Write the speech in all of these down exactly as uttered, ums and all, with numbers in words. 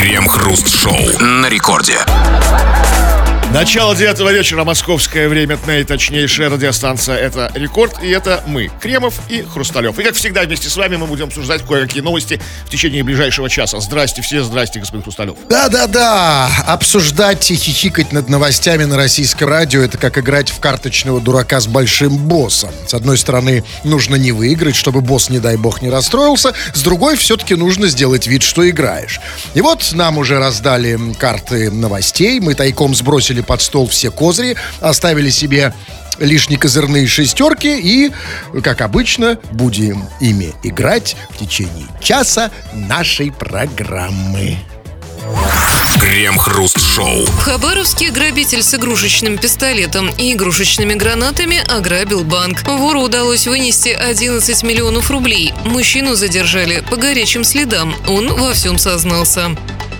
Крем-хруст-шоу на рекорде. Начало девятого вечера, московское время, наиточнейшая радиостанция. Это «Рекорд», и это мы, Кремов и Хрусталев. И, как всегда, вместе с вами мы будем обсуждать кое-какие новости в течение ближайшего часа. Здрасте все, здрасте, господин Хрусталев. Да-да-да, обсуждать и хихикать над новостями на российском радио — это как играть в карточного дурака с большим боссом. С одной стороны, нужно не выиграть, чтобы босс, не дай бог, не расстроился. С другой, все-таки нужно сделать вид, что играешь. И вот нам уже раздали карты новостей. Мы тайком сбросили под стол все козыри, оставили себе лишние козырные шестерки и, как обычно, будем ими играть в течение часа нашей программы. Крем-хруст-шоу. В Хабаровске грабитель с игрушечным пистолетом и игрушечными гранатами ограбил банк. Вору удалось вынести одиннадцать миллионов рублей. Мужчину задержали по горячим следам. Он во всем сознался.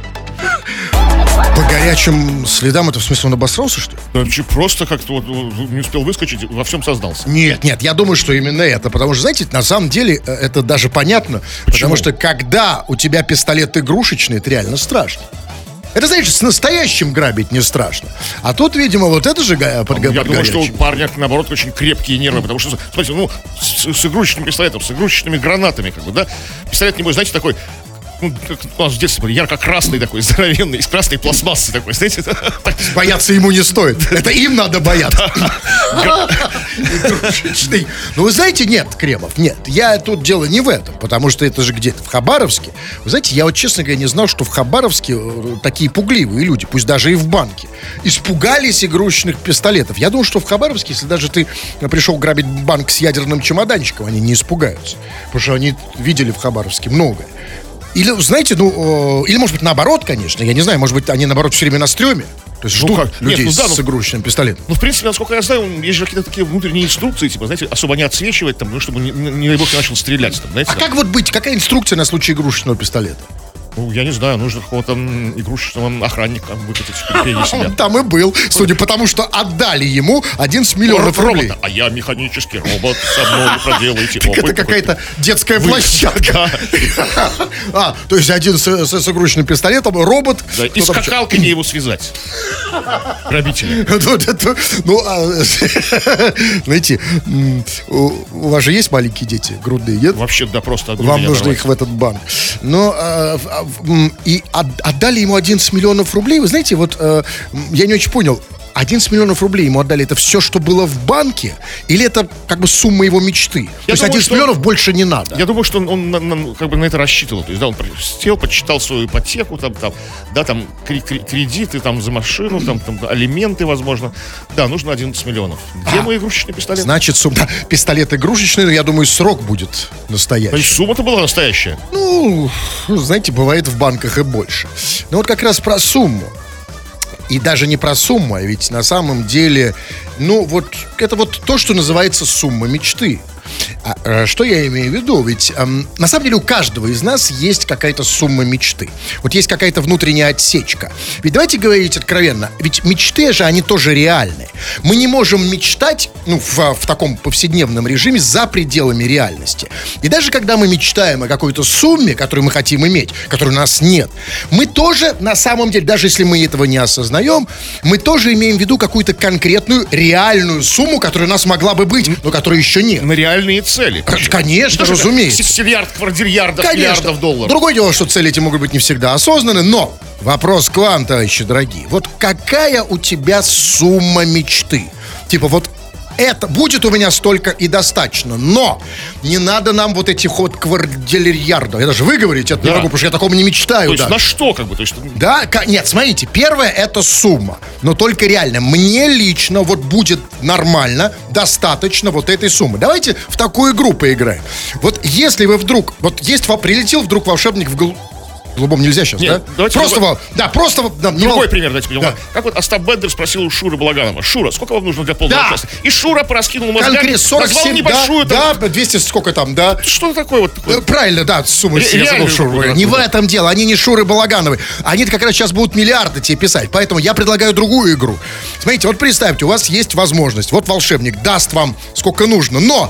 По горячим следам, это в смысле он обосрался, что ли? Вообще просто как-то вот не успел выскочить, во всем создался. Нет, нет, я думаю, что именно это. Потому что, знаете, на самом деле это даже понятно. Почему? Потому что когда у тебя пистолет игрушечный, это реально страшно. Это, знаешь, с настоящим грабить не страшно. А тут, видимо, вот это же га- под, Я под думаю, что у горячим. парня, наоборот, очень крепкие нервы. Потому что, смотрите, ну, с, с игрушечным пистолетом, с игрушечными гранатами, как бы, да. Пистолет, небось, знаете, такой... Ну, как у нас в детстве был ярко-красный такой, здоровенный, из красной пластмассы такой, знаете? Бояться ему не стоит. Это им надо бояться. Игрушечный. Ну, вы знаете, нет, Кремов, нет. Я тут дело не в этом, потому что это же где-то в Хабаровске. Вы знаете, я вот, честно говоря, не знал, что в Хабаровске такие пугливые люди, пусть даже и в банке, испугались игрушечных пистолетов. Я думал, что в Хабаровске, если даже ты пришел грабить банк с ядерным чемоданчиком, они не испугаются. Потому что они видели в Хабаровске многое. Или, знаете, ну, или, может быть, наоборот, конечно, я не знаю, может быть, они, наоборот, все время на стреме. То есть ждут Ну, как? людей Нет, ну да, с ну- игрушечным пистолетом. Ну, в принципе, насколько я знаю, есть же какие-то такие внутренние инструкции, типа, знаете, особо не отсвечивать, там, ну, чтобы, не, не, не дай бог, не начал стрелять, там, знаете. А как вот быть? Какая инструкция на случай игрушечного пистолета? Ну, я не знаю, нужно какого-то м, игрушечного охранника выкатить впереди себя. Он там и был, судя по тому, что отдали ему одиннадцать миллионов Робота. рублей. А я механический робот, со мной проделайте Так опыт. это какая-то детская Вы- площадка. А, то есть один с, с- с игрушечным пистолетом, робот. Да, и кто там скакалкой его связать. Грабителя. Ну, это- ну, а, знаете, м, у у вас же есть маленькие дети, грудные, нет? Вообще, да, просто от Вам груди нужно оторвать. их в этот банк. Но а, в- а, в- м, и от- отдали ему одиннадцать миллионов рублей. Вы знаете, вот э, м, я не очень понял. одиннадцать миллионов рублей ему отдали. Это все, что было в банке? Или это как бы сумма его мечты? То есть думаю, одиннадцать что- миллионов больше не надо. Я думаю, что он, он на- на- как бы на это рассчитывал. То есть, да, он сел, подсчитал свою ипотеку, там, там, да, там кре- кре- кредиты там за машину, там, там алименты, возможно. Да, нужно одиннадцать миллионов. Где мой игрушечный пистолет? Значит, сумма. Да, пистолет игрушечный, но я думаю, срок будет То есть настоящий. сумма-то была настоящая. Ну, знаете, бывает в банках и больше. Но вот как раз про сумму. И даже не про сумму, а ведь на самом деле, ну, вот это вот то, что называется сумма мечты. А, а, что я имею в виду? Ведь эм, на самом деле у каждого из нас есть какая-то сумма мечты. Вот есть какая-то внутренняя отсечка. Ведь давайте говорить откровенно, ведь мечты же, они тоже реальны. Мы не можем мечтать, ну, в, в таком повседневном режиме за пределами реальности. И даже когда мы мечтаем о какой-то сумме, которую мы хотим иметь, которой у нас нет, мы тоже, на самом деле, даже если мы этого не осознаем, мы тоже имеем в виду какую-то конкретную, реальную сумму, которая у нас могла бы быть, но которой еще нет. На реальные цели. Конечно, Даже разумеется. Сексиллиард, квадриллиардов, Конечно. миллиардов долларов. Другое дело, что цели эти могут быть не всегда осознаны, но вопрос к вам, товарищи дорогие. Вот какая у тебя сумма мечты? Типа вот это будет у меня столько и достаточно, но не надо нам вот этих вот квадриллиардов. Я даже выговорить это не Да. могу, потому что я такому не мечтаю. То есть да. на что, как бы? То есть, Да, ка- нет, смотрите, первое это сумма, но только реально, мне лично вот будет нормально, достаточно вот этой суммы. Давайте в такую игру поиграем. Вот если вы вдруг, вот есть, во- прилетел вдруг волшебник в гол... Голубом нельзя сейчас, Нет, да? давайте Просто, другой- вол- да, просто... вот, да, не Другой вол- пример, дайте понимать. Да. Как вот Остап Бендер спросил у Шуры Балаганова: Шура, сколько вам нужно для полного Да. счастья? И Шура пораскинул мозгами, Конкретно сорок назвал семь, небольшую да, там- да, двести сколько там, да. Что такое вот такое? Э, Правильно, да, сумма. Ре- я забыл, реальную Шуры. какую-то Не в откуда? этом дело, они не Шуры Балагановы. Они как раз сейчас будут миллиарды тебе писать. Поэтому я предлагаю другую игру. Смотрите, вот представьте, у вас есть возможность. Вот волшебник даст вам сколько нужно, но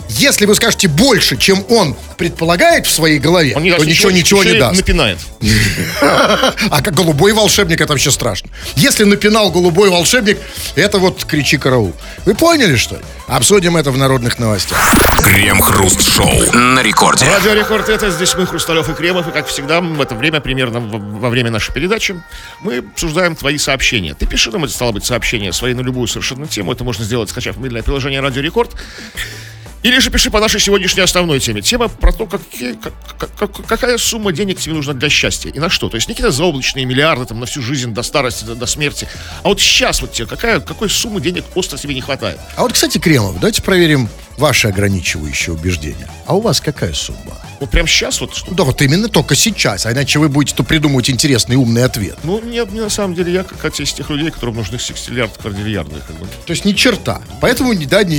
Если вы скажете больше, чем он предполагает в своей голове, Он не то даст ничего, ничего не еще и даст. напинает. А как голубой волшебник, это вообще страшно. Если напинал голубой волшебник, это вот кричи караул. Вы поняли, что ли? Обсудим это в народных новостях. Крем-хруст-шоу на рекорде. Радио Рекорд, это здесь мы, Хрусталев и Кремов. И как всегда, в это время, примерно во, во время нашей передачи, мы обсуждаем твои сообщения. Ты пиши нам, это стало быть, сообщения свои на любую совершенно тему. Это можно сделать, скачав мобильное приложение Радио Рекорд. Или же пиши по нашей сегодняшней основной теме. Тема про то, какие, как, как, какая сумма денег тебе нужна для счастья и на что. То есть не какие-то заоблачные миллиарды там, на всю жизнь, до старости, до, до смерти. А вот сейчас вот тебе какая, какой суммы денег остро тебе не хватает? А вот, кстати, Кремов, давайте проверим ваши ограничивающие убеждения. А у вас какая сумма? Вот прямо сейчас вот что? Да вот именно только сейчас, а иначе вы будете то придумывать интересный умный ответ. Ну, нет, мне на самом деле, я как из тех людей, которым нужны секстиллиарды, квадриллиарды. Как бы. То есть ни черта. Поэтому, да, не...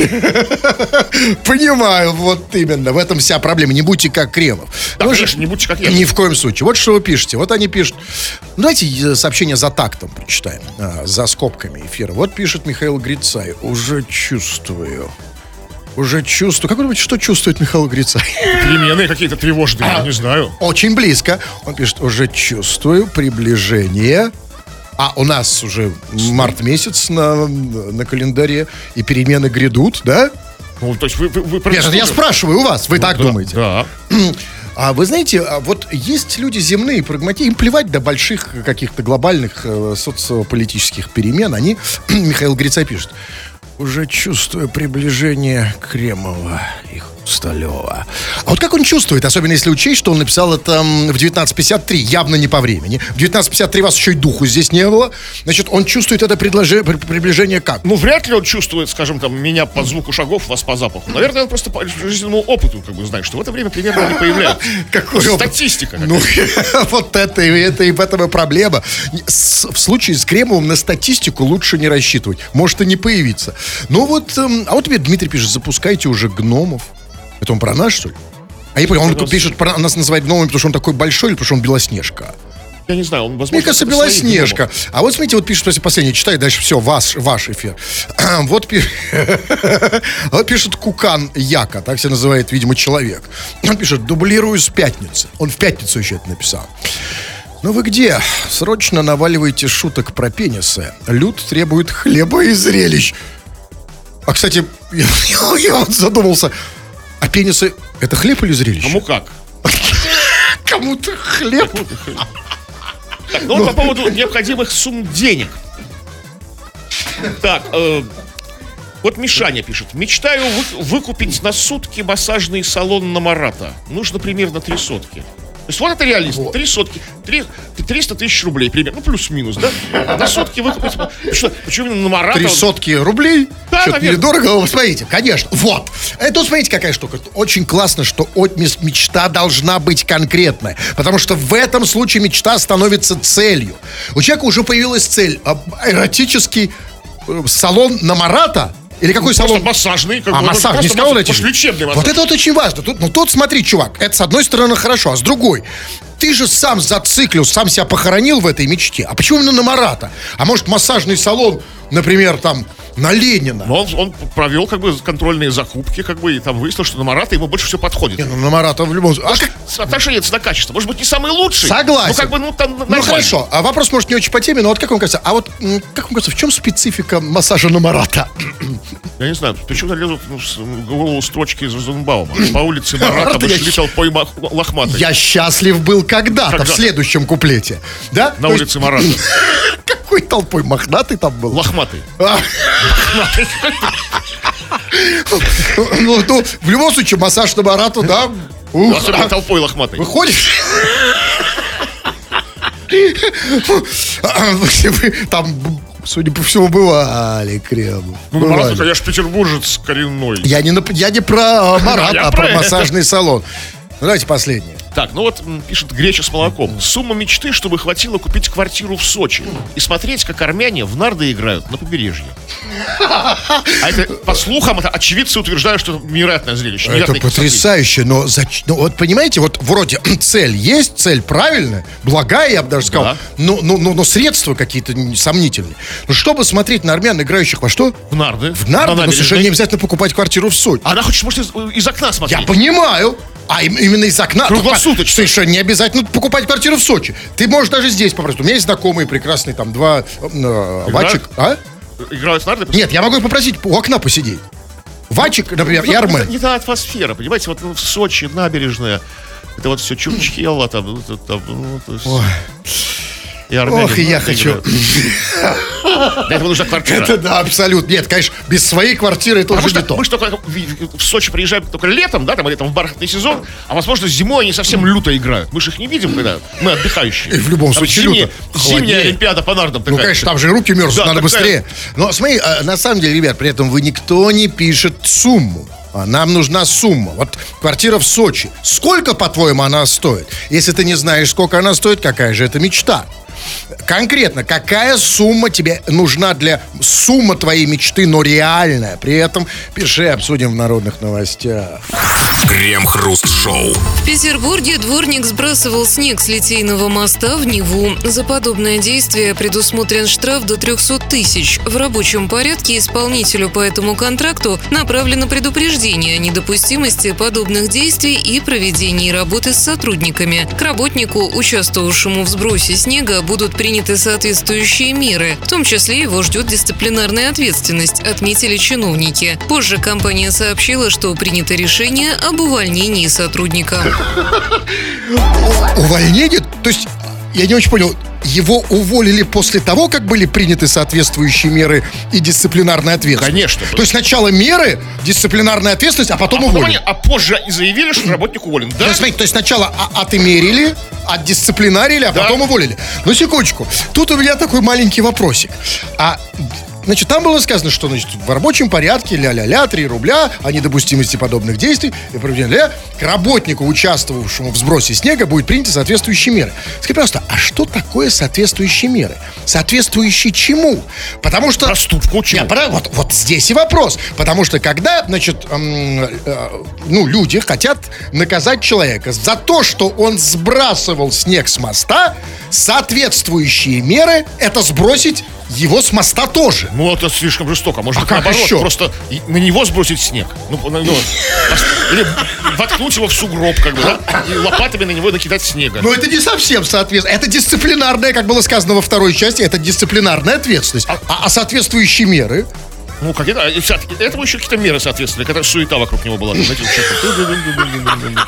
Понимаю, вот именно. В этом вся проблема. Не будьте как Кремов. Да, Ну, конечно, не будьте как я. Ни в коем случае. Вот что вы пишете. Вот они пишут. Ну, давайте сообщение за тактом прочитаем. а, За скобками эфира. Вот пишет Михаил Грицай. Уже чувствую. Уже чувствую. Как вы думаете, что чувствует Михаил Грицай? Перемены какие-то тревожные, я не знаю. Очень близко. Он пишет, уже чувствую приближение. А у нас уже март месяц на, на календаре, и перемены грядут, да? Ну, то есть вы... вы, вы Нет, это я спрашиваю у вас, вы так да, думаете? Да. А вы знаете, а вот есть люди земные, прагматики, им плевать до больших каких-то глобальных э, социополитических перемен. Они, Михаил Грицай пишет, уже чувствую приближение Кремова и Хрусталева. А вот как он чувствует, особенно если учесть, что он написал это в девятнадцать пятьдесят три, явно не по времени. В девятнадцать пятьдесят три вас еще и духу здесь не было. Значит, он чувствует это предложи- при- приближение как? Ну, вряд ли он чувствует, скажем, там, меня по звуку шагов, вас по запаху. Наверное, он просто по жизненному опыту, как бы, знает, что в это время примерно они появляются. Какой опыт? Статистика. Ну, вот это, это и в этом и проблема. С- В случае с Кремовым на статистику лучше не рассчитывать. Может и не появиться. Ну вот, эм, а вот тебе Дмитрий пишет, запускайте уже гномов. Это он про нас, что ли? А я понял, он пишет, про нас называет гномами, потому что он такой большой или потому что он Белоснежка? Я не знаю, он, возможно... Мне кажется, это свои Белоснежка. гномы. А вот смотрите, вот пишет, если последний, читай дальше, все, ваш, ваш эфир. Вот, пи- вот пишет Кукан Яка, так себя называет, видимо, человек. Он пишет, дублирую с пятницы. Он в пятницу еще это написал. Ну вы где? Срочно наваливайте шуток про пенисы. Люд требует хлеба и зрелищ. А, кстати, я, я вот задумался, а пенисы это хлеб или зрелище? Кому как? Кому-то хлеб. Так, ну, вот по поводу необходимых сумм денег. Так, э, вот Мишаня пишет. Мечтаю вы- выкупить на сутки массажный салон на Марата. Нужно примерно три сотки. То есть вот это реализм. Три сотки. Три, триста тысяч рублей примерно. Ну, плюс-минус, да? На сутки выкупить. Что, почему именно на Марата? Три сотки рублей? Да, Что-то наверное. недорого. Вы смотрите, конечно. Вот. Это, смотрите, какая штука. Очень классно, что от- мес- мечта должна быть конкретная. Потому что в этом случае мечта становится целью. У человека уже появилась цель. А, Эротический э, салон на Марата? Или какой Просто салон? массажный. Как А бы, массаж, просто не сказал массаж- эти же? лечебный массаж. Вот это вот очень важно. Тут, ну тут смотри, чувак, это с одной стороны хорошо, а с другой, ты же сам зациклил, сам себя похоронил в этой мечте. А почему именно на Марата? А может массажный салон, например, там, на Ленина? Но он, он провел как бы контрольные закупки, как бы, и там выяснил, что на Марата ему больше всего подходит. Не, ну на Марата в любом случае. А как- Отношение цена-качество. Может быть, не самый лучший. Согласен. Ну, как бы, ну, там Ну нормально. хорошо, а вопрос может не очень по теме, но вот как вам кажется, а вот м, как вам кажется, в чем специфика массажа на Марата? Я не знаю, почему лезут ну, с- в голову строчки из Розенбаума. По улице Марата Марата я вышли щ- толпой мах- лохматой. Я счастлив был когда-то, Когда-то. в следующем куплете. Да? На То улице Марата. есть, какой толпой мохнатый там был? Лохматый. А. Ну, ну, в любом случае, массаж на Марату, да? Ух, Особенно а, толпой лохматой. выходишь? Вы там, судя по всему, бывали, Кремов. Ну, на Марату, Бывали. я ж петербуржец коренной. Я не, нап- я не про Марат, Я а про про это. массажный салон. Ну, давайте последнее. Так, ну вот м, пишет Греча с молоком. Сумма мечты, чтобы хватило купить квартиру в Сочи и смотреть, как армяне в нарды играют на побережье. А это, по слухам, это очевидцы утверждают, что это невероятное зрелище. Это невероятное потрясающе, но, зач... ну, вот понимаете, вот вроде цель есть, цель правильная, благая, я бы даже сказал, Да. но, но, но, но средства какие-то сомнительные. Но чтобы смотреть на армян, играющих во что? В нарды. В На нарды, но набережной. совершенно не обязательно покупать квартиру в Сочи. Она хочет, может, из, из окна смотреть. Я понимаю. А им- именно из окна. Круглосуточно. Совершенно не обязательно покупать квартиру в Сочи. Ты можешь даже здесь попросить. У меня есть знакомые прекрасные там два э, Вачик. А? Играют в нарды. Нет, я могу их попросить у окна посидеть. Вачик, например, и Армен. Не та атмосфера, понимаете, вот ну, в Сочи, набережная, это вот все Чурчхелла, там, ну, это, там, ну, то есть... И армяне Ох, и в я нарды хочу. играют. Для этого нужна квартира. Это да, абсолютно. Нет, конечно, без своей квартиры это Потому уже что не то. мы же только в в Сочи приезжаем только летом, да, там, или там в бархатный сезон, а возможно зимой они совсем люто играют. Мы же их не видим, когда мы отдыхающие. И в любом Там случае зимняя, люто. зимняя Холоднее. Олимпиада по нардам такая. Ну, конечно, там же руки мерзнут, Да, надо такая- быстрее. Но смотри, а, на самом деле, ребят, при этом вы никто не пишет сумму. А нам нужна сумма. Вот квартира в Сочи. Сколько, по-твоему, она стоит? Если ты не знаешь, сколько она стоит, какая же это мечта? Конкретно, какая сумма тебе нужна для... Сумма твоей мечты, но реальная. При этом пиши, обсудим в народных новостях. Крем-хруст-шоу. В Петербурге дворник сбрасывал снег с Литейного моста в Неву. За подобное действие предусмотрен штраф до триста тысяч. В рабочем порядке исполнителю по этому контракту направлено предупреждение о недопустимости подобных действий и проведении работы с сотрудниками. К работнику, участвовавшему в сбросе снега, будут приняты соответствующие меры. В том числе его ждет дисциплинарная ответственность, отметили чиновники. Позже компания сообщила, что принято решение об увольнении сотрудника. Увольнение? То есть, я не очень понял, его уволили после того, как были приняты соответствующие меры и дисциплинарная ответственность? Конечно. То есть сначала меры, дисциплинарная ответственность, а потом А, потом уволили? они- а позже и заявили, что работник уволен. То Да? есть, смотрите, то есть сначала а- отмерили, отдисциплинарили, а Да. потом уволили. Ну, секундочку. Тут у меня такой маленький вопросик. А, значит, там было сказано, что, значит, в рабочем порядке, ля-ля-ля, три рубля о недопустимости подобных действий, и проведение к работнику, участвовавшему в сбросе снега, будет приняты соответствующие меры. Скажи, пожалуйста, а что такое соответствующие меры? Соответствующие чему? Потому что... Проступку чему? Нет, пора- вот, вот здесь и вопрос. Потому что когда, значит, эм, э, ну, люди хотят наказать человека за то, что он сбрасывал снег с моста, соответствующие меры — это сбросить его с моста тоже. Ну, это слишком жестоко. Может А быть, как наоборот, еще? просто и- на него сбросить снег. Ну, на- ну, пос- или воткнуть его в сугроб, как бы, да? И лопатами на него накидать снега. Но это не совсем соответственно. Это дисциплинарная, как было сказано во второй части, это дисциплинарная ответственность. А, а соответствующие меры? Ну, как это, и со- этому еще какие-то меры соответствовали, когда суета вокруг него была. Знаете, что-то.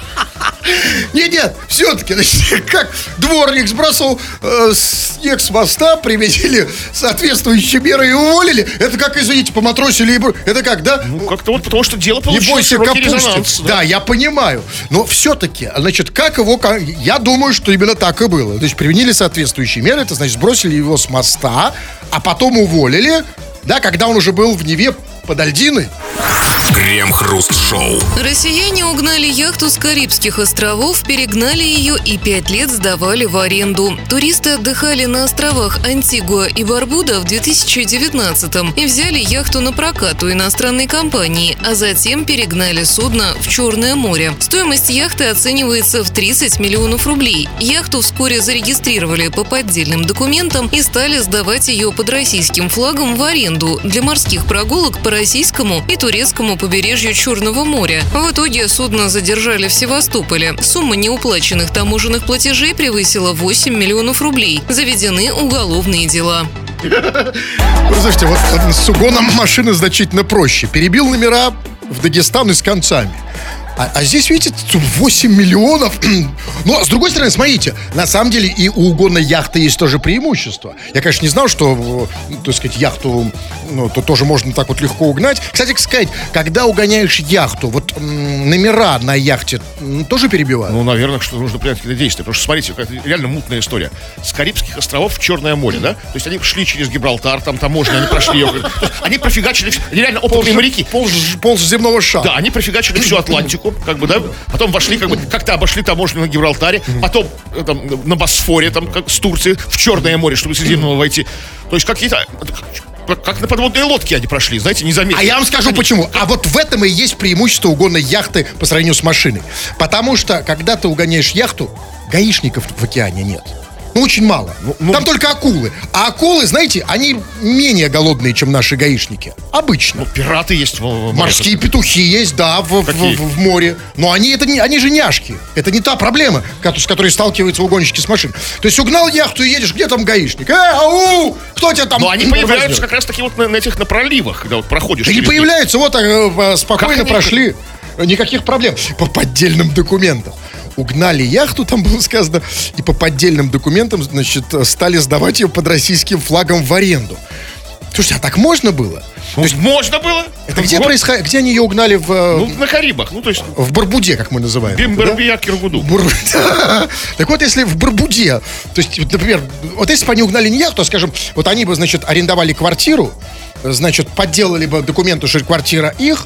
Нет, нет, все-таки, значит, как дворник сбросил э, снег с моста, применили соответствующие меры и уволили. Это как, извините, поматросили и... бр- Это как, да? Ну, как-то вот, потому что дело Не получило бойся широкий резонанс. капусти. Да, я понимаю. Но все-таки, значит, как его... ка- Я думаю, что именно так и было. То есть применили соответствующие меры, это значит, сбросили его с моста, а потом уволили, да, когда он уже был в Неве под Альдиной. Крем-хруст-шоу. Россияне угнали яхту с Карибских островов, перегнали ее и пять лет сдавали в аренду. Туристы отдыхали на островах Антигуа и Барбуда в две тысячи девятнадцатом и взяли яхту на прокат у иностранной компании, а затем перегнали судно в Черное море. Стоимость яхты оценивается в тридцать миллионов рублей. Яхту вскоре зарегистрировали по поддельным документам и стали сдавать ее под российским флагом в аренду для морских прогулок по российскому и турецкому побережью Черного моря. В итоге судно задержали в Севастополе. Сумма неуплаченных таможенных платежей превысила восемь миллионов рублей. Заведены уголовные дела. Вы слушайте, вот э, с угоном машины значительно проще. Перебил номера в Дагестан и с концами. А, а здесь, видите, тут восемь миллионов. Но, с другой стороны, смотрите, на самом деле и у угона яхты есть тоже преимущество. Я, конечно, не знал, что, ну, так сказать, яхту, ну, то тоже можно так вот легко угнать. Кстати, сказать, когда угоняешь яхту, вот м, номера на яхте м, тоже перебивают? Ну, наверное, что нужно принять какие-то действия. Потому что, смотрите, это реально мутная история. С Карибских островов в Черное море, да? То есть они шли через Гибралтар, там таможня, они прошли ее. То есть они профигачили, всё- они реально опытные моряки. Пол, пол земного шара. Да, они профигачили всю Атлантику. Балтику, как бы, да, потом вошли, как бы, как-то обошли таможню на Гибралтаре, потом э, там, на Босфоре, там, как с Турции, в Черное море, чтобы Средиземного войти. То есть какие-то... Как, как на подводные лодки они прошли, знаете, незаметно. А я вам скажу почему. А вот в этом и есть преимущество угона яхты по сравнению с машиной. Потому что, когда ты угоняешь яхту, гаишников в океане нет. Ну, очень мало. Ну, ну, Там только акулы. А акулы, знаете, они менее голодные, чем наши гаишники. Обычно. Ну, пираты есть в, в Морские петухи есть, да, в, в, в, в море. Но они, это не, они же няшки. Это не та проблема, с которой сталкиваются угонщики с машин. То есть угнал яхту и едешь, где там гаишник? Э, ау! Кто тебя там... Но они появляются как раз таки вот на, на этих на проливах, когда вот проходишь. Да не появляются, вот э, спокойно Как прошли. Никаких проблем. По поддельным документам. Угнали яхту, там было сказано, и по поддельным документам, значит, стали сдавать ее под российским флагом в аренду. Слушайте, а так можно было? Ну, есть, можно было. Это где вот. происходит? Где они ее угнали в... Ну, на Карибах, ну, то есть... В Барбуде, как мы называем. Бимбербия, Киргуду. Бур... Так вот, если в Барбуде, то есть, вот, например, вот если бы они угнали не яхту, а, скажем, вот они бы, значит, арендовали квартиру, значит, подделали бы документы, что квартира их,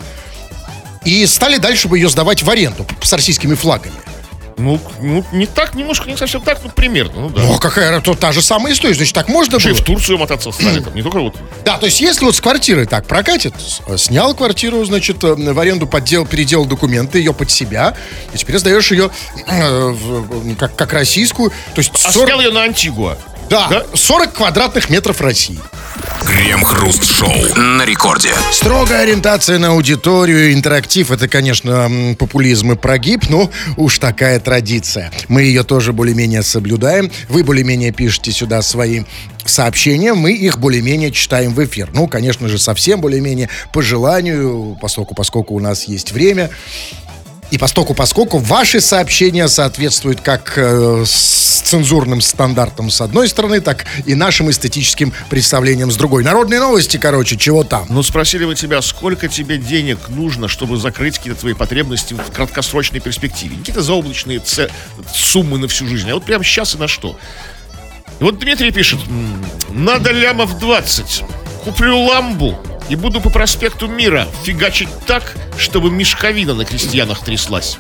и стали дальше бы ее сдавать в аренду с российскими флагами. Ну, ну, не так, немножко, не совсем так, ну, примерно, ну, да. Ну, а какая, то та же самая история, значит, так можно Что было? и в Турцию мотаться стали, там, не только вот... Да, то есть, если вот с квартирой так прокатит, снял квартиру, значит, в аренду, поддел, переделал документы, ее под себя, и теперь сдаешь ее э, в, как, как российскую, то есть... А сорок... снял ее на Антигуа. Да, да, сорок квадратных метров России. Крем-хруст-шоу на рекорде. Строгая ориентация на аудиторию, интерактив — это, конечно, популизм и прогиб, но уж такая традиция. Мы ее тоже более-менее соблюдаем. Вы более-менее пишете сюда свои сообщения, мы их более-менее читаем в эфир. Ну, конечно же, совсем более-менее по желанию, поскольку, поскольку у нас есть время. И поскольку, поскольку ваши сообщения соответствуют как э, с цензурным стандартам с одной стороны, так и нашим эстетическим представлениям с другой. Народные новости, короче, чего там? Ну, спросили вы тебя, сколько тебе денег нужно, чтобы закрыть какие-то твои потребности в краткосрочной перспективе? Какие-то заоблачные ц... суммы на всю жизнь. А вот прямо сейчас и на что? И вот Дмитрий пишет: надо лямов двадцать. Куплю ламбу и буду по проспекту Мира фигачить так, чтобы мешковина на крестьянах тряслась.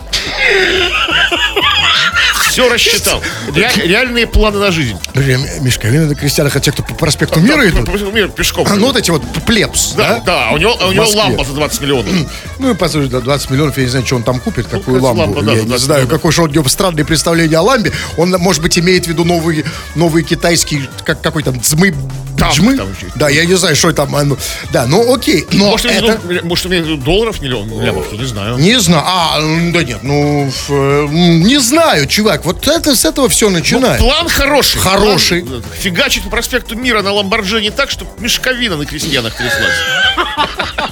Все рассчитал. Ре- реальные планы на жизнь. Мешковина на крестьянах, а те, кто по проспекту Мира идут? Мир пешком. А, ну вот эти вот плебс, да? Да, да, у него, у него ламба за двадцать миллионов. Ну и послушай, двадцать миллионов, я не знаю, что он там купит, какую лампа, ламбу. да, Я не знаю, какое же у него странное представление о ламбе. Он, может быть, имеет в виду новые, новые китайские, как, какой там, дзмы, джмы. Да, я не знаю, что там. Ну, да, ну окей. Но может, это... виду, может, имеет в виду долларов, миллион, лямов, я не знаю. Не знаю. А, да нет, ну, ф, не знаю, чувак. Вот это с этого все начинается. Ну, план хороший. Хороший. План, фигачить по проспекту Мира на Ламборджини так, чтобы мешковина на крестьянах тряслась.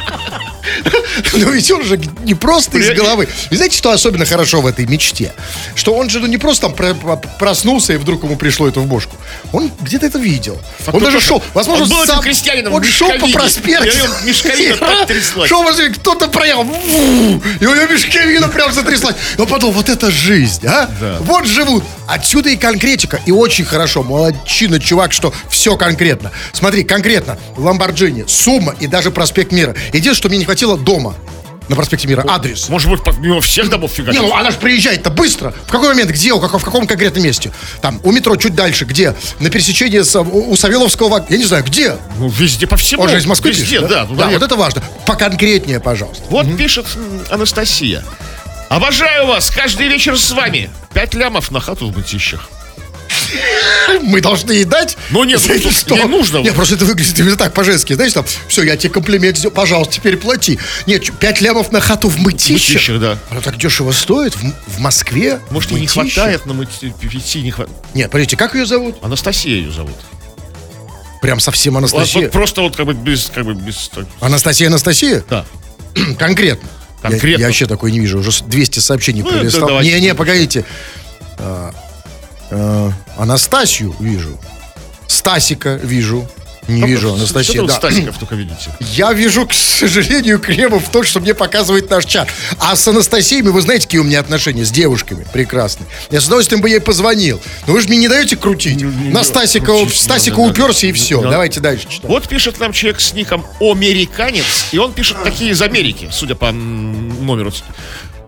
Но ведь он же не просто из головы. Вы знаете, что особенно хорошо в этой мечте? Что он же ну, не просто там про- проснулся, и вдруг ему пришло это в бошку. Он где-то это видел. А Он даже кто-то- шел. Возможно, он был сам... этим крестьянином Он в шел по мешковине. проспекту. И у него мешковина так тряслась. Шел, возможно, кто-то проехал. И у него мешковина прям затряслась. И он подумал, вот это жизнь, а? Да. Вот живут. Отсюда и конкретика. И очень хорошо. Молодчина, чувак, что все конкретно. Смотри, конкретно. Ламборджини, сумма и даже проспект Мира. Единственное, что мне не хватило дома. На проспекте Мира. Адрес. Может быть, под- мимо всех домов фигачить? Не, ну она же приезжает-то быстро. В какой момент, где, у каком, в каком конкретном месте? Там, у метро чуть дальше, где? На пересечении с, у, у Савеловского, я не знаю, где? Ну, везде, по всему. Он же из Москвы Везде, пишет, да. ну, да, наверное. вот это важно. Поконкретнее, пожалуйста. Вот пишет м, Анастасия. Обожаю вас, каждый вечер с вами. Пять лямов на хату в Мытищах. Мы должны ей дать? Ну, нет, За ну, это тут ей нужно. Нет, просто это выглядит именно так, по-женски. Знаешь, там, все, я тебе комплимент сделал, пожалуйста, теперь плати. Нет, чё, пять лямов на хату в Мытищах? Мытищах, да. Оно так дешево стоит? В, в Москве? Может, В ей не Мытищах? хватает на пяти, не хватает. Нет, подождите, как ее зовут? Анастасия ее зовут. Прям совсем Вот, Анастасия. вот просто вот как бы без, как бы без. так, Анастасия, Анастасия? Да. Конкретно. Конкретно. Я, я вообще такой не вижу. Уже двести сообщений Ну, пролистал. да, давайте. Не-не, погодите. А, а, Анастасию вижу. Стасика вижу. Не вижу Что Анастасию. вы Да. Стасиков только видите? Я вижу, к сожалению, Кремов то, что мне показывает наш чат. А с Анастасией, вы знаете, какие у меня отношения с девушками прекрасные. Я с удовольствием бы ей позвонил. Но вы же мне не даете крутить. На Стасика, крутить Стасика надо, да. уперся и все. Да. Давайте дальше читать. Вот пишет нам человек с ником Американец, и он пишет такие из Америки, судя по м, номеру.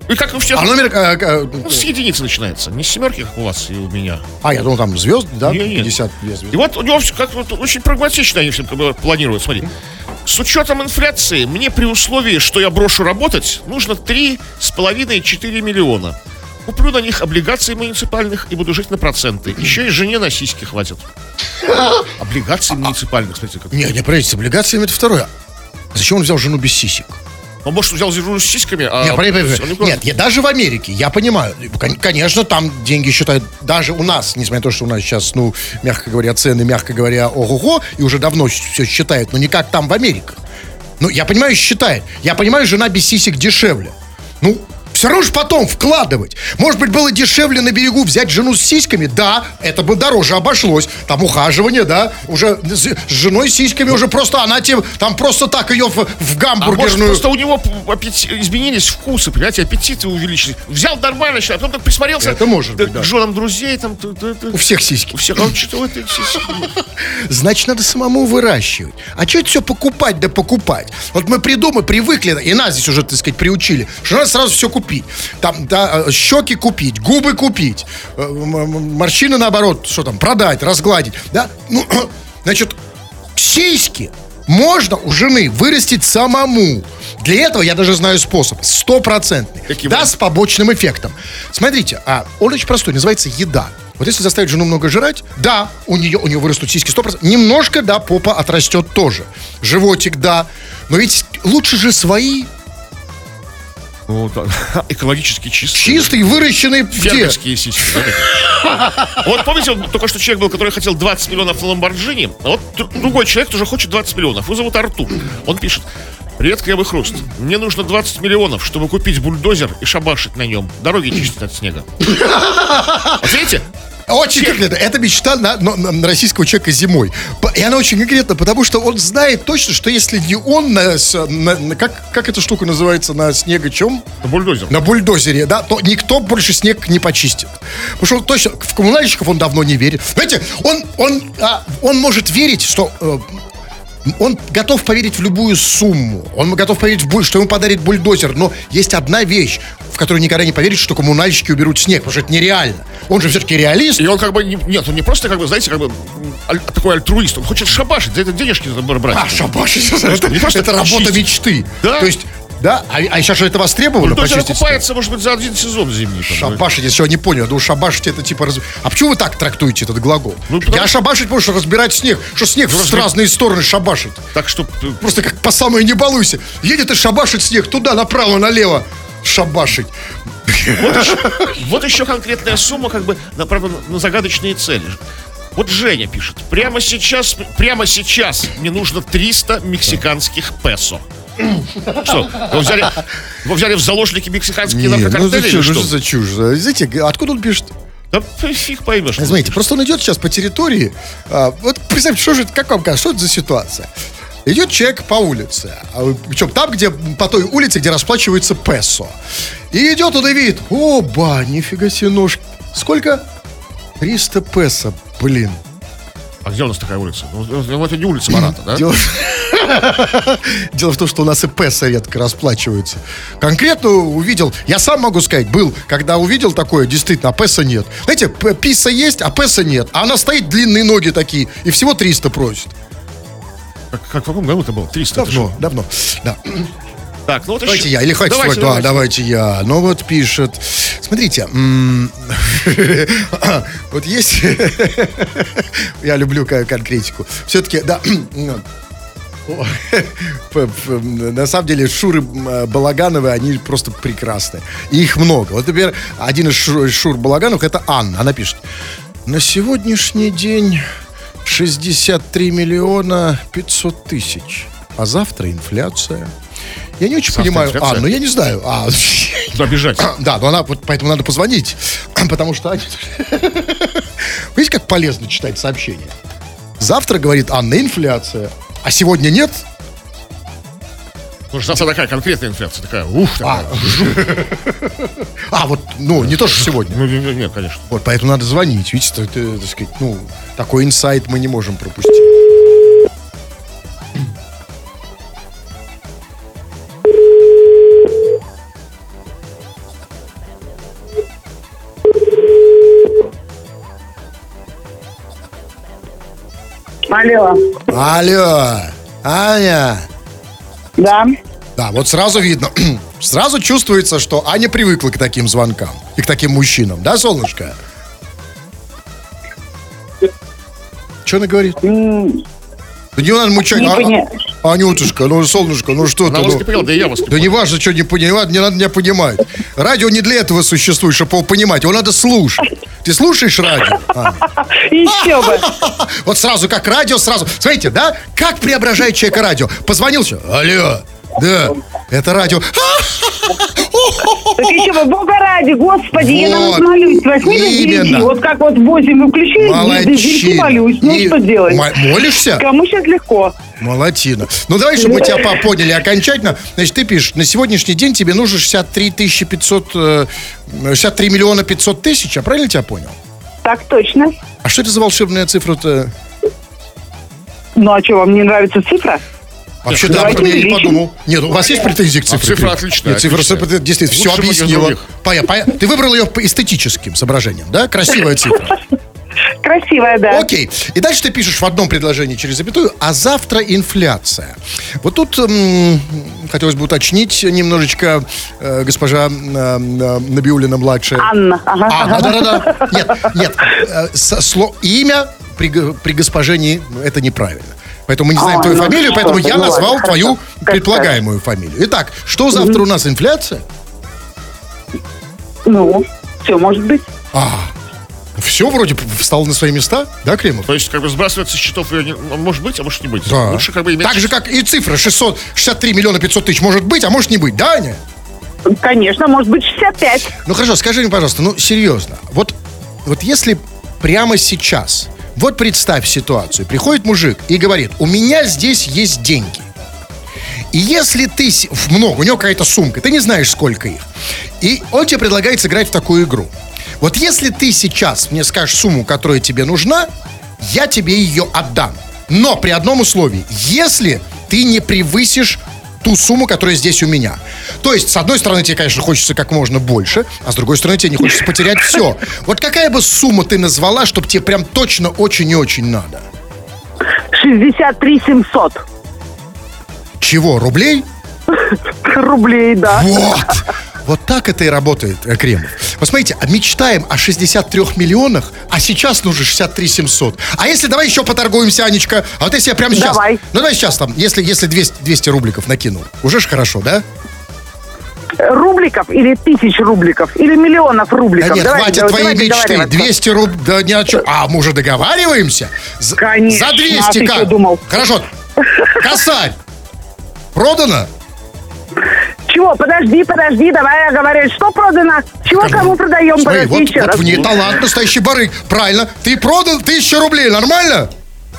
И как у всех... А номер... а, а, Ну, с единицы начинается. Не с семерки, как у вас и у меня. а, я думал, там звезды, да? Не, не. пятьдесят звезд. И вот у него всё как вот очень прагматично они все планируют. Смотри. С учетом инфляции, мне при условии, что я брошу работать, нужно три с половиной-четыре миллиона. Куплю на них облигаций муниципальных и буду жить на проценты. Еще и жене на сиськи хватит. Облигации муниципальных, кстати. Как... Не, не, подождите, с облигациями это второе. Зачем он взял жену без сисек? Он, может, взял жену с сиськами, а... Не, погоди, погоди. Он никуда- Нет, я, даже в Америке, я понимаю, кон- конечно, там деньги считают, даже у нас, несмотря на то, что у нас сейчас, ну, мягко говоря, цены, мягко говоря, ого-го, и уже давно все считают, но не как там в Америке. Ну, я понимаю, считает. Я понимаю, жена без сисек дешевле. Ну, все равно же потом вкладывать. Может быть, было дешевле на берегу взять жену с сиськами? Да, это бы дороже обошлось. Там ухаживание, да, уже с, с женой с сиськами уже просто она тебе, там просто так ее в, в А может, гамбургерную... просто у него аппетит- изменились вкусы, понимаете, аппетиты увеличились. Взял нормально, а потом так присмотрелся Это может быть, к да. женам друзей, там... т- т- т- У всех сиськи. У всех, а вот что-то это... Значит, надо самому выращивать. А что это все покупать да покупать? Вот мы придумали, привыкли, и нас здесь уже, так сказать, приучили, что надо сразу все купить. Там, да, э, щеки купить, губы купить, э, м- м- морщины, наоборот, что там, продать, разгладить. Да? Ну, значит, сиськи можно у жены вырастить самому. Для этого я даже знаю способ. Стопроцентный. Каким Да, он? с побочным эффектом. Смотрите, а, он очень простой, называется еда. Вот если заставить жену много жрать, да, у нее, у нее вырастут сиськи сто процентов. Немножко, да, попа отрастет тоже. Животик, да. Но ведь лучше же свои, Ну, так, экологически чистые. чистые, выращенные где? Фермерские сиськи. да, такие. Вот помните, вот только что человек был, который хотел двадцать миллионов на Ламборджини, а вот д- другой человек тоже хочет двадцать миллионов. Его зовут Артур. Он пишет: привет, Кремый Хруст. Мне нужно двадцать миллионов, чтобы купить бульдозер и шабашить на нем. Дороги чистить от снега. Вот видите? Очень конкретно. Это мечта на, на- на российского человека зимой. П- И она очень конкретна, потому что он знает точно, что если не он на, с- на- на- как, как эта штука называется на снегочем? Бульдозер. На бульдозере, да, то никто больше снег не почистит. Потому что он точно в коммунальщиков он давно не верит. Знаете, он, он, а, он может верить, что э, он готов поверить в любую сумму. Он готов поверить, в буль, что ему подарит бульдозер. Но есть одна вещь, в которую никогда не поверит, что коммунальщики уберут снег, потому что это нереально. Он же все-таки реалист. И он как бы, не- нет, он не просто как бы, знаете, как бы аль- такой альтруист, он хочет шабашить, за это денежки надо брать. А, шабашить, это, не просто это работа чистить. мечты. Да. То есть, да, а, а сейчас же это востребовано Бульдозер почистить окупается, может быть, за один сезон зимний. там, да. Шабашить, если я не понял, я думаю, шабашить это типа... Раз... А почему вы так трактуете этот глагол? Ну, потому- Я шабашить, потому что разбирать снег. Что снег в Разбир- разные стороны шабашить. Так что э, Просто как по самое не балуйся. Едет и шабашит снег туда, направо, налево. Шабашить. вот еще, вот еще конкретная сумма, как бы, на, правда, на загадочные цели. Вот Женя пишет: прямо сейчас, прямо сейчас мне нужно триста мексиканских песо. Что, его взяли, его взяли в заложники мексиканские Не, ну наркокартели зачем, или ну что? что за чушь? Знаете, откуда он пишет? Да фиг поймешь. Смотрите, просто он идет сейчас по территории. а, вот представьте, что же это, как вам кажется, что это за ситуация? Идет человек по улице, а, причем там, где по той улице, где расплачивается песо. И идет он и видит: оба, нифига себе ножки. Сколько? триста песо, блин. А где у нас такая улица? Ну, ну, это не улица Марата, да? Дело... Дело в том, что у нас и песо редко расплачиваются. Конкретно увидел, я сам могу сказать, был, когда увидел такое, действительно, а песо нет. Знаете, п- пицца есть, а песо нет. А она стоит, длинные ноги такие, и всего триста просит. Как, как в каком году это было? триста. это Давно, что? давно. Да. Так, ну вот Давайте еще. я, или хватит, Давайте, давайте, да, давайте. давайте я. Ну вот пишет. Смотрите, м, вот есть, я люблю ко- конкретику. Все-таки, да, О, п- п- на самом деле Шуры м, Балагановы, они просто прекрасны. И их много. Вот, например, один из Шур, Шур Балагановых — это Анна. Она пишет: на сегодняшний день шестьдесят три миллиона пятьсот тысяч, а завтра инфляция. Я не очень Завтра понимаю. инфляция? А, ну я не знаю. А, Куда бежать? да, но она, вот поэтому надо позвонить. Потому что они... Видите, как полезно читать сообщения? Завтра, говорит Анна, инфляция. А сегодня нет? Потому что завтра такая конкретная инфляция, такая, ух, А, такая. а вот, ну, не то, что сегодня. Ну, не- не- нет, конечно. Вот, поэтому надо звонить. Видите, это, это, так сказать, ну, такой инсайт мы не можем пропустить. Алло. Алло, Аня. Да. Да, вот сразу видно, сразу чувствуется, что Аня привыкла к таким звонкам и к таким мужчинам, да, солнышко? Что она говорит? М, Да не надо мучать. Не А- поня- а- Анютушка, ну, солнышко, ну что Она ты? вас ну? не поняла, да и я вас не Да не важно, что не понимать, не надо меня понимать. Радио не для этого существует, чтобы его понимать. Его надо слушать. Ты слушаешь радио? Аня? Еще бы. Вот сразу как радио, сразу. Смотрите, да? Как преображает человека радио. Позвонил все. Алло. Да, это радио. Так еще бы, бога ради, господи, я на вас Вот, молюсь. С восьми до девяти. именно. Вот как вот в восемь вы включили, до девяти Молодчина. молюсь. Ну И что делать? мо- Молишься? Кому сейчас легко? Молодчина. Ну, давай, чтобы мы тебя по- поняли окончательно. Значит, ты пишешь, на сегодняшний день тебе нужно шестьдесят три тысячи пятьсот, э, шестьдесят три миллиона пятьсот тысяч, я правильно тебя понял? Так точно. А что это за волшебная цифра-то? Ну а что, вам не нравится цифра? Вообще, да, об Давайте этом я не увеличим. подумал. Нет, у вас есть претензии к А цифре? цифра отличная, Нет, цифра отличная. цифра, действительно, все Лучше многих объяснила. других. Поня- поня- Ты выбрал ее по эстетическим соображениям, да? Красивая цифра. Красивая, да. Окей. И дальше ты пишешь в одном предложении через запятую, а завтра инфляция. Вот тут м, хотелось бы уточнить немножечко э, госпожа э, э, Набиуллина-младшая. Анна. Ага, А, ага. да-да-да. Нет, нет. э, со- сло- имя при, г- при госпоже не, это неправильно. Поэтому мы не знаем А, твою ну фамилию, что поэтому ты, я ну ладно, назвал хорошо. твою Как предполагаемую фамилию. Итак, что завтра у нас инфляция? Ну, все может быть. А, все вроде встало на свои места, да, Кремов? То есть, как бы сбрасывается с счетов, ее не- может быть, а может не быть. Да. Лучше как бы иметь... Так же, как и цифра шестьсот шестьдесят три миллиона пятьсот тысяч может быть, а может не быть, да, Аня? Конечно, может быть шестьдесят пять. Ну хорошо, скажи мне, пожалуйста, ну серьезно, вот, вот если прямо сейчас, вот представь ситуацию, приходит мужик и говорит, у меня здесь есть деньги. И если ты с- в много, у него какая-то сумка, ты не знаешь, сколько их, и он тебе предлагает сыграть в такую игру. Вот если ты сейчас мне скажешь сумму, которая тебе нужна, я тебе ее отдам. Но при одном условии, если ты не превысишь ту сумму, которая здесь у меня. То есть, с одной стороны, тебе, конечно, хочется как можно больше, а с другой стороны, тебе не хочется потерять все. Вот какая бы сумма ты назвала, чтобы тебе прям точно очень и очень надо? шестьдесят три семьсот Чего, рублей? рублей, да. Вот! Вот так это и работает, э, Кремов. Посмотрите, а мечтаем о шестидесяти трёх миллионах, а сейчас нужно шестьдесят три семьсот. А если давай еще поторгуемся, Анечка? А вот если я прямо сейчас... Давай. Ну давай сейчас там, если, если двести, двести рубликов накинул. Уже ж хорошо, да? Рубликов или тысяч рубликов? Или миллионов рубликов? Да нет, Давайте, хватит давай, твоей давайте мечты. договариваться. двести рублей, да ни о чем. А, мы уже договариваемся? За, Конечно, За а двести ты как? что думал? Хорошо. Косарь. Продано? Чего? Подожди, подожди, давай говорить, что продано? Чего кому продаем? Смотри, Подожди вот, еще вот раз. в ней талант, настоящий барык. Правильно. Ты продал тысячу рублей, нормально?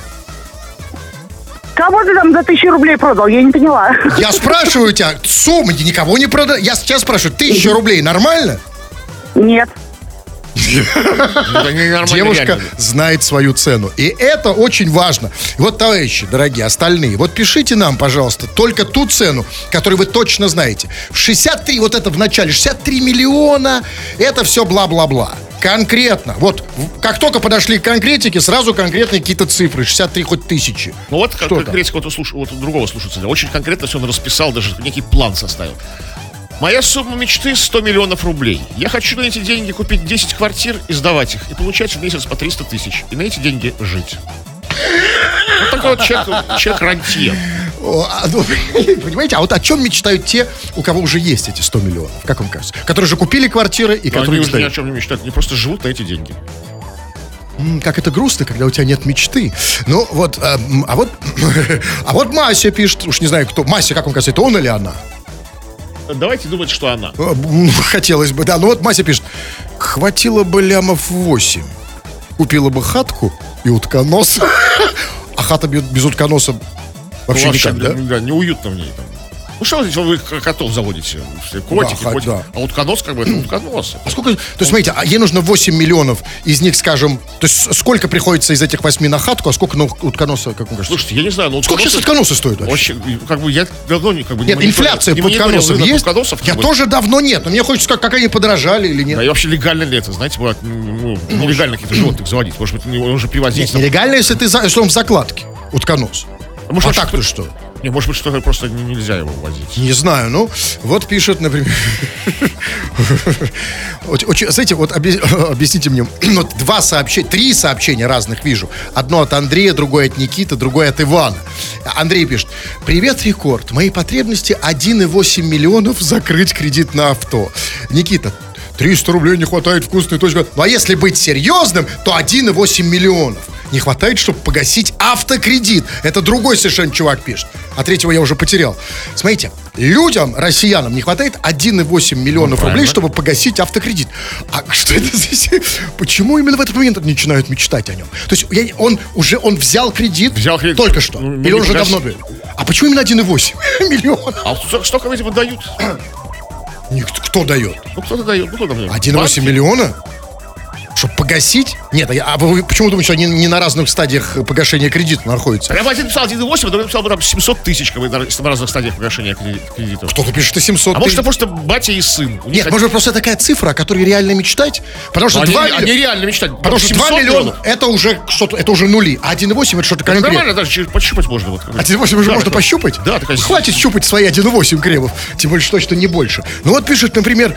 Кого ты там за тысячу рублей продал? Я не поняла. Я спрашиваю тебя, суммы никого не продал. Я сейчас спрашиваю, тысяча рублей нормально? Нет. Это ненормально, Девушка реально. знает свою цену. И это очень важно. И вот, товарищи, дорогие, остальные, вот пишите нам, пожалуйста, только ту цену, которую вы точно знаете. шестьдесят три, вот это в начале, шестьдесят три миллиона, это все бла-бла-бла. Конкретно. Вот, в- как только подошли к конкретике, сразу конкретные какие-то цифры. шестьдесят три хоть тысячи. Ну вот, как Что там? конкретика вот у, слуш- вот у другого слушателя. Очень конкретно все он расписал, даже некий план составил. Моя сумма мечты сто миллионов рублей. Я хочу на эти деньги купить десять квартир и сдавать их. И получать в месяц по триста тысяч. И на эти деньги жить. Вот такой вот человек, человек рантье. О, а, ну, понимаете, а вот о чем мечтают те, у кого уже есть эти сто миллионов, как вам кажется? Которые уже купили квартиры и Но которые они их уже ни о сдают. чем не мечтают. Они просто живут на эти деньги. М, Как это грустно, когда у тебя нет мечты. Ну вот, а, м, а вот, а вот Мася пишет, уж не знаю кто. Мася, как вам кажется, это он или она? Давайте думать, что она. Э, м, Хотелось бы, да. Ну вот Мася пишет, хватило бы лямов восемь, купила бы хатку и утконос. А хата без без утконоса вообще Ну, никак, да? да, неуютно в ней там. Ну что вы, вы котов заводите? Котики, Да, котики. да. А утконос как бы это утконос. А сколько, то есть, смотрите, а ей нужно восемь миллионов, из них, скажем, то есть сколько приходится из этих восьми на хатку, а сколько на утконоса, как вам кажется? Слушайте, я не знаю, но Сколько сейчас утконосы стоят вообще? Вообще, как бы я давно не как бы не Нет, мониторил- инфляция не по мониторил утконосам рынок есть? утконосов, как Я бы. тоже давно нет, но мне хочется, как, как они подорожали или нет. Да и вообще легально ли это, знаете, бывает, ну, нелегально каких-то животных заводить. Может быть, он уже привозить. Нет, нелегально, если ты за- если он в закладке, утконос. А может, А он так-то что- что? Не, может быть, что-то просто не- нельзя его возить. Не знаю, ну, вот пишет, например... Очень- очень- Знаете, вот объяс- объясните мне, вот два сообщения, три сообщения разных вижу. Одно от Андрея, другое от Никиты, другое от Ивана. Андрей пишет: привет, Рекорд, мои потребности один и восемь миллионов закрыть кредит на авто. Никита: триста рублей не хватает, вкусная точка. Ну, а если быть серьезным, то один и восемь миллионов не хватает, чтобы погасить автокредит. Это другой совершенно чувак пишет. А третьего я уже потерял. Смотрите, людям, россиянам, не хватает один и восемь миллионов Ну, рублей, правильно. чтобы погасить автокредит. А что это здесь? Почему именно в этот момент начинают мечтать о нем? То есть я- он уже он взял кредит, Взял кредит. только что? Ну, ну, Или он не уже погасил. давно... А почему именно один и восемь миллиона? А вот столько этим дают? Никто- Кто дает? Ну, кто-то дает, ну, кто-то дает. один и восемь миллиона? Чтобы погасить? Нет, а, я- а вы почему думаете, что они не на разных стадиях погашения кредита находятся? Прямо один написал один и восемь, а другой написал бы там семьсот тысяч, как бы, на на разных стадиях погашения креди- кредитов. Кто-то пишет, что семьсот А может, это тысяч. просто батя и сын? У них Нет, один- может быть, просто такая цифра, о которой реально мечтать? Потому что Ну, они, два они миллиона... реально мечтают. Потому что два семьсот миллиона миллионов. это уже что-то, это уже нули, а один и восемь это что-то конкретное. Нормально даже через- пощупать можно. Вот, один и восемь уже Да, можно такой- пощупать? Да, такая... Хватит щупать свои один и восемь кремов. Тем более, что точно не больше. Ну вот пишет, например...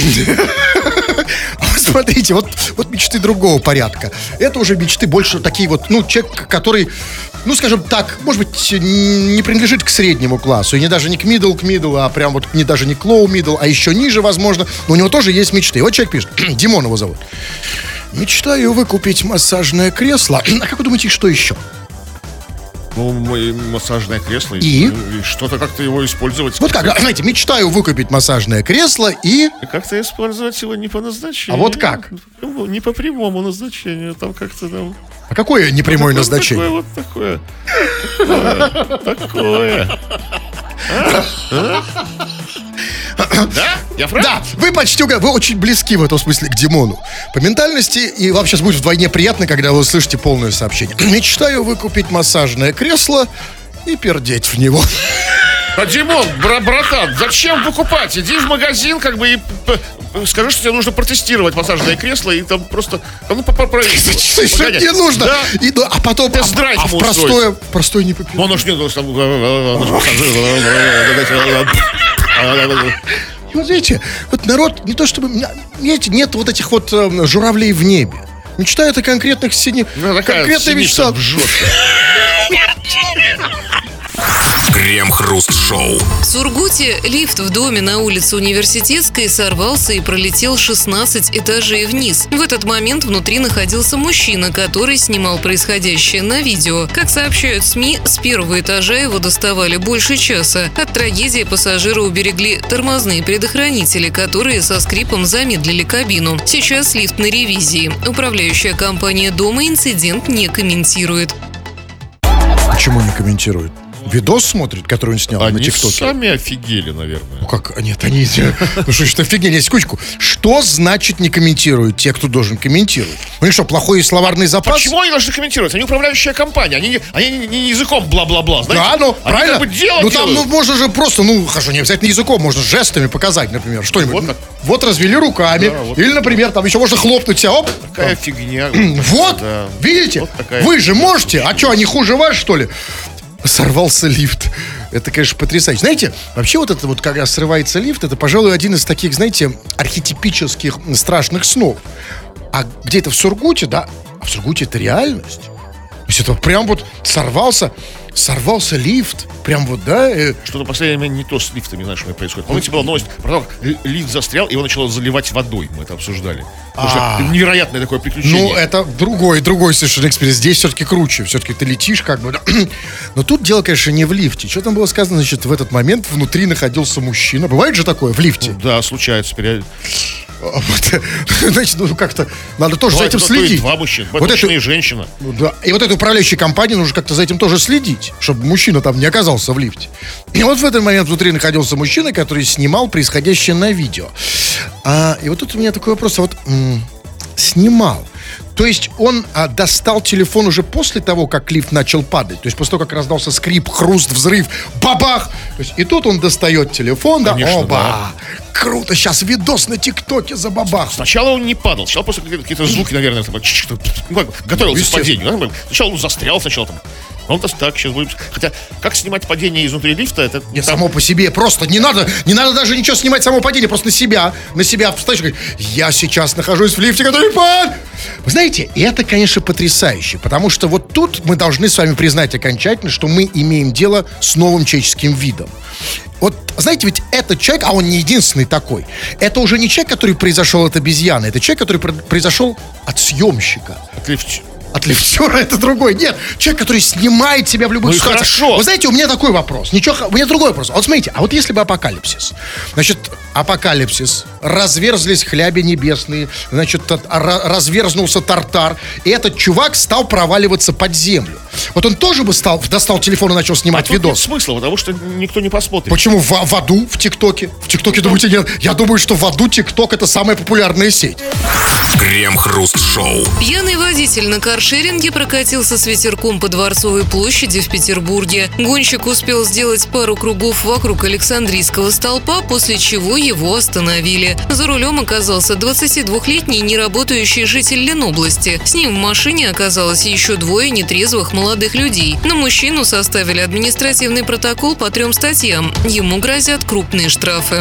Смотрите, вот, вот мечты другого порядка. Это уже мечты больше такие вот, ну, человек, который, ну, скажем так, может быть, не принадлежит к среднему классу, и не даже не к middle, к middle, а прям вот не даже не к low middle, а еще ниже, возможно. Но у него тоже есть мечты. И вот человек пишет, Димон его зовут. Мечтаю выкупить массажное кресло. А как вы думаете, что еще? Ну, м- массажное кресло. И? и что-то как-то его использовать. Вот как, знаете, мечтаю выкупить массажное кресло и... И как-то использовать его не по назначению. А вот как? Ну, не по прямому назначению. Там как-то там... А какое непрямое Такое- назначение? Такое вот такое. Такое. Такое. А? А? Да? Я прав? Да, вы почти угадали. Вы очень близки в этом смысле к Димону. По ментальности, и вам сейчас будет вдвойне приятно, когда вы услышите полное сообщение. Мечтаю выкупить массажное кресло и пердеть в него. А, Димон, бра- братан, зачем покупать? Иди в магазин, как бы, и п- п- скажи, что тебе нужно протестировать массажное кресло, и там просто, ну, поправить. Что не нужно? Да. И, ну, а потом а, Тест-драйв а в ему простое, в простое не попить. Ну, оно ж не, ну, там... И вот видите, вот народ, не то чтобы... Знаете, нет вот этих вот э, журавлей в небе. Мечтают о конкретных сине... Ну, такая конкретная синица мечта. в жопе. Крем-хруст-шоу. В Сургуте лифт в доме на улице Университетской сорвался и пролетел шестнадцать этажей вниз. В этот момент внутри находился мужчина, который снимал происходящее на видео. Как сообщают СМИ, с первого этажа его доставали больше часа. От трагедии пассажира уберегли тормозные предохранители, которые со скрипом замедлили кабину. Сейчас лифт на ревизии. Управляющая компания дома инцидент не комментирует. Почему не комментирует? Видос смотрит, который он снял на Они ТикТоке? сами офигели, наверное. Ну как? Нет, они... Ну что, что офигели, секундочку. Что значит не комментируют те, кто должен комментировать? У них что, плохой словарный запас? Почему они должны комментировать? Они управляющая компания. Они, не- они не, не языком бла-бла-бла. Знаете? Да, ну, Они правильно. как бы дело ну, там, ну, делают. можно же просто, ну, хорошо, не обязательно языком, можно жестами показать, например, что-нибудь. Вот Вот, так. вот развели руками. Да, вот. Или, например, там еще можно хлопнуть себя, оп. Какая фигня. Вот, Да. видите? Вот такая Вы же можете. А что, они хуже вас, что ли? Сорвался лифт. Это, конечно, потрясающе. Знаете, вообще вот это вот, когда срывается лифт, это, пожалуй, один из таких, знаете, архетипических страшных снов. А где-то в Сургуте, да? А в Сургуте это реальность. То есть это прям вот сорвался, сорвался лифт. Прям вот, да? э, Что-то в последнее время не то с лифтами, знаешь, что происходит. Помните, была новость про то, как ли- лифт застрял, и его начало заливать водой. Мы это обсуждали. Потому А. что невероятное такое приключение. Ну, это другой, другой совершенно экспириенс. Здесь все-таки круче. Все-таки ты летишь как бы. да. Но тут дело, конечно, не в лифте. Что там было сказано? Значит, в этот момент внутри находился мужчина. Бывает же такое в лифте? Да, случается. период- А вот, значит, ну как-то надо тоже Бывает, за этим ну, то и следить. два мужчины. Вот Вот мужчина это- и женщина. Ну, да. И вот этой управляющей компании нужно как-то за этим тоже следить. лифте, чтобы мужчина там не оказался в лифте. И вот в этот момент внутри находился мужчина, который снимал происходящее на видео. А, и вот тут у меня такой вопрос, а вот м- снимал. То есть он а, достал телефон уже после того, как лифт начал падать. То есть после того, как раздался скрип, хруст, взрыв, бабах. То есть, и тут он достает телефон, Конечно, да, оба. да. Круто, сейчас видос на ТикТоке за бабах. Сначала он не падал, сначала просто какие-то, какие-то звуки, наверное, там, ну, как, готовился к падению. Да? Сначала он застрял, сначала там. Он то так, сейчас будем. Хотя, как снимать падение изнутри лифта, это. Не там... само по себе, просто не надо, не надо даже ничего снимать само падение, просто на себя, на себя встаешь и говоришь, я сейчас нахожусь в лифте, который падает. Вы знаете, и это, конечно, потрясающе, потому что вот тут мы должны с вами признать окончательно, что мы имеем дело с новым человеческим видом. Вот, знаете, ведь этот человек, а он не единственный такой, это уже не человек, который произошел от обезьяны, это человек, который произошел от съемщика. От лифта. От лифтера это другой. Нет, человек, который снимает себя в любую ну ситуацию. Хорошо. Вы знаете, у меня такой вопрос. Ничего, у меня другой вопрос. Вот смотрите, а вот если бы апокалипсис, значит, апокалипсис, разверзлись хляби небесные, значит, разверзнулся тартар, и этот чувак стал проваливаться под землю. Вот он тоже бы стал, достал телефон и начал снимать а тут видос. Нет смысла, потому что никто не посмотрит. Почему в, в аду, в ТикТоке? В ТикТоке, думаете, нет? Я думаю, что в аду ТикТок это самая популярная сеть. Крем-хруст-шоу. Пьяный водитель на каршеринге прокатился с ветерком по Дворцовой площади в Петербурге. Гонщик успел сделать пару кругов вокруг Александрийского столпа, после чего его остановили. За рулем оказался двадцатидвухлетний неработающий житель Ленобласти. С ним в машине оказалось еще двое нетрезвых молодых людей. На мужчину составили административный протокол по трем статьям. Ему грозят крупные штрафы.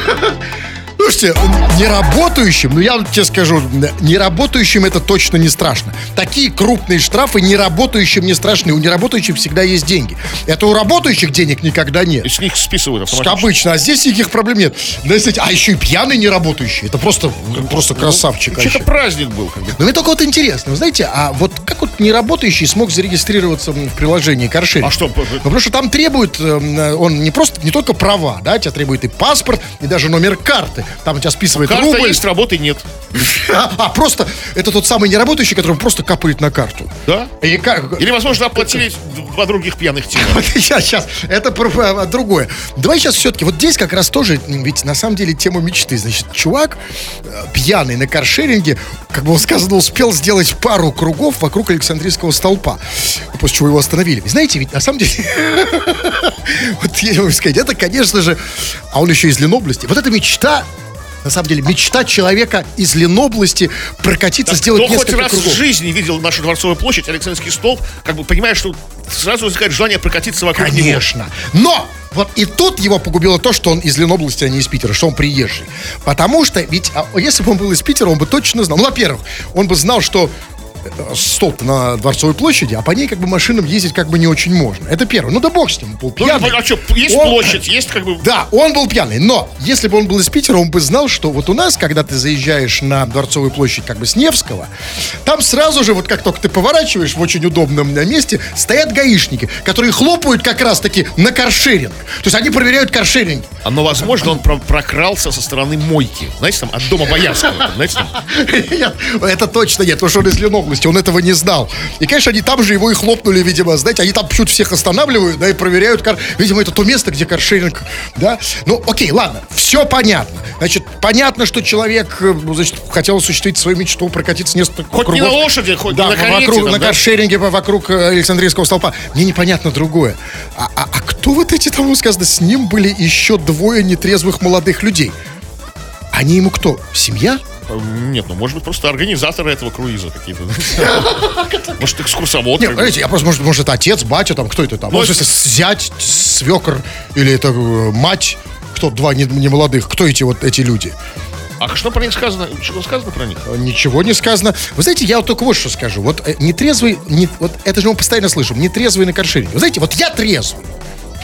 Слушайте, неработающим, ну я вам тебе скажу, неработающим это точно не страшно. Такие крупные штрафы неработающим не страшны. У неработающих всегда есть деньги. Это у работающих денег никогда нет. И с них списывают автоматически. Обычно, а здесь никаких проблем нет. А еще и пьяный неработающий. Это просто, просто красавчик. Ну, что-то праздник был. Как бы. Но мне только вот интересно, вы знаете, а вот как вот неработающий смог зарегистрироваться в приложении каршеринг? А что? Ну, потому что там требует, он не просто, не только права, да, тебя требует и паспорт, и даже номер карты. Там у тебя списывает Карта рубль. есть, работы нет. А, а просто это тот самый неработающий, который просто капает на карту. Да? И как... Или, возможно, оплатили два других пьяных тела. Сейчас, сейчас, это про, другое. Давай сейчас все-таки, вот здесь как раз тоже, ведь на самом деле тема мечты. Значит, чувак пьяный на каршеринге, как бы он сказано, успел сделать пару кругов вокруг Александрийского столпа, после чего его остановили. Знаете, ведь на самом деле, вот я вам сказать, это, конечно же, а он еще из Ленобласти. Вот эта мечта. На самом деле, мечта человека из Ленобласти прокатиться, да, сделать кто несколько хоть раз кругов. в жизни видел нашу Дворцовую площадь, Александрийский столб, как бы понимаешь, что сразу возникает желание прокатиться вокруг него. Конечно. Но вот и тут его погубило то, что он из Ленобласти, а не из Питера, что он приезжий. Потому что, ведь, а, если бы он был из Питера, он бы точно знал. Ну, во-первых, он бы знал, что столб на Дворцовой площади, а по ней как бы машинам ездить как бы не очень можно. Это первое. Ну да бог с ним, он был пьяный. Ну, а что, есть он, площадь, есть как бы... Да, он был пьяный, но если бы он был из Питера, он бы знал, что вот у нас, когда ты заезжаешь на Дворцовую площадь как бы с Невского, там сразу же, вот как только ты поворачиваешь в очень удобном месте, стоят гаишники, которые хлопают как раз-таки на каршеринг. То есть они проверяют каршеринг. А, но, возможно, он про- прокрался со стороны мойки. Знаете, там, от дома Боярского. Знаете, там... Нет, это точно нет, потому что он из Ленобласти, он этого не знал. И, конечно, они там же его и хлопнули, видимо, знаете, они там почему-то всех останавливают, да, и проверяют, кар... видимо, это то место, где каршеринг, да. Ну, окей, ладно, все понятно. Значит, понятно, что человек, значит, хотел осуществить свою мечту, прокатиться несколько хоть кругов. не на лошади, хоть да, не на карете. Вокруг, там, на да? каршеринге вокруг Александрийского столпа. Мне непонятно другое. А, а, а кто вот эти, там сказано, с ним были еще двое нетрезвых молодых людей? Они ему кто? Семья? Нет, ну, может быть, просто организаторы этого круиза какие-то. Может, экскурсовод. Нет, знаете, я просто, может, может, это отец, батя, там, кто это там? Может, зять, свекр, или это мать, кто, два немолодых, кто эти вот эти люди? А что про них сказано? Что сказано про них? Ничего не сказано. Вы знаете, я вот только вот что скажу. Вот э, нетрезвый, не, вот это же мы постоянно слышим, нетрезвый на каршеринге. Вы знаете, вот я трезвый.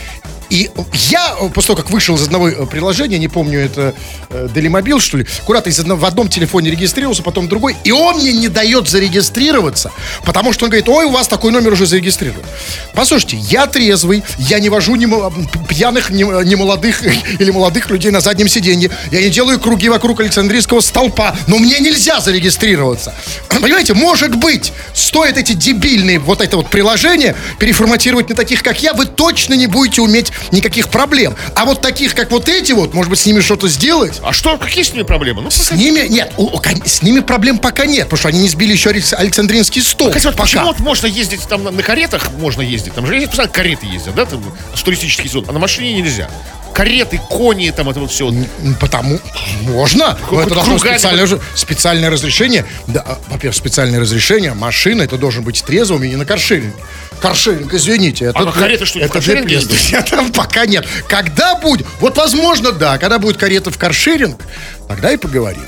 И я, после того, как вышел из одного приложения, не помню, это э, Делимобил, что ли, куда-то из одного, в одном телефоне регистрировался, потом в другой, и он мне не дает зарегистрироваться, потому что он говорит, ой, у вас такой номер уже зарегистрирован. Послушайте, я трезвый, я не вожу ни мо- пьяных, ни, ни молодых или молодых людей на заднем сиденье, я не делаю круги вокруг Александрийского столпа, но мне нельзя зарегистрироваться. Понимаете, может быть, стоит эти дебильные вот это вот приложение переформатировать на таких, как я, вы точно не будете уметь никаких проблем. А вот таких, как вот эти вот, может быть, с ними что-то сделать? А что, какие с ними проблемы? Ну, С ними, нет, у- у- кон- с ними проблем пока нет, потому что они не сбили еще Алекс- Александринский стол. Хотя вот Пока. почему вот можно ездить там на, на каретах, можно ездить, там же есть, постоянно кареты ездят, да, там, с туристических зон, а на машине нельзя. Кареты, кони, там это вот все. М, Потому можно. Но Хоть это должно кругами. специальное, же- специальное разрешение. Да, а, во-первых, специальное разрешение. Машина, это должен быть трезвым и не на каршеринге. Каршеринг, извините. Это А на кареты что, не в это для каршеринге ездят? пьяных. Там пока нет. Когда будет? Вот возможно, да. Когда будет карета в каршеринг, тогда и поговорим.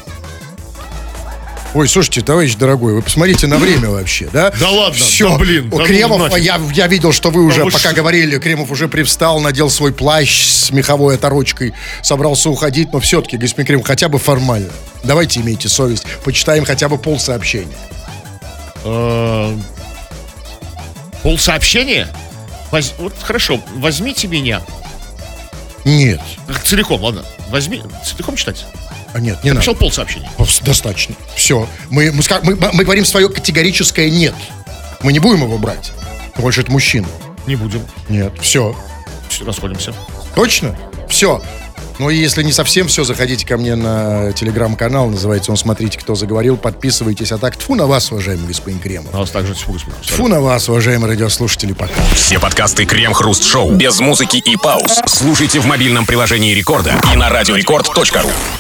Ой, слушайте, товарищ дорогой, вы посмотрите на время вообще, да? Да ладно, Все. да блин, да ну Кремов, нафиг. я, я видел, что вы уже, вы пока что? говорили, Кремов уже привстал, надел свой плащ с меховой оторочкой, собрался уходить, но все-таки, господин Кремов, хотя бы формально. Давайте имейте совесть, почитаем хотя бы полсообщения. Э, Полсообщения? Воз- Вот хорошо, возьмите меня. Нет, Целиком, ладно. Возьми, целиком читать. а нет, не Написал надо. полсообщения. Пос- Достаточно. Все. Мы, мы, ска- мы, мы говорим свое категорическое нет. Мы не будем его брать. Тем больше это мужчина. Не будем. Нет, все. Всё, расходимся. Точно? Все. Ну и если не совсем все, заходите ко мне на телеграм-канал, называется он «Смотрите, кто заговорил», подписывайтесь. А так, тьфу на вас, уважаемый господин Кремов. На вас также тьфу, господин. Тьфу на вас, уважаемые радиослушатели, пока. Все подкасты Крем-Хруст-Шоу без музыки и пауз слушайте в мобильном приложении Рекорда и на радиорекорд точка ру.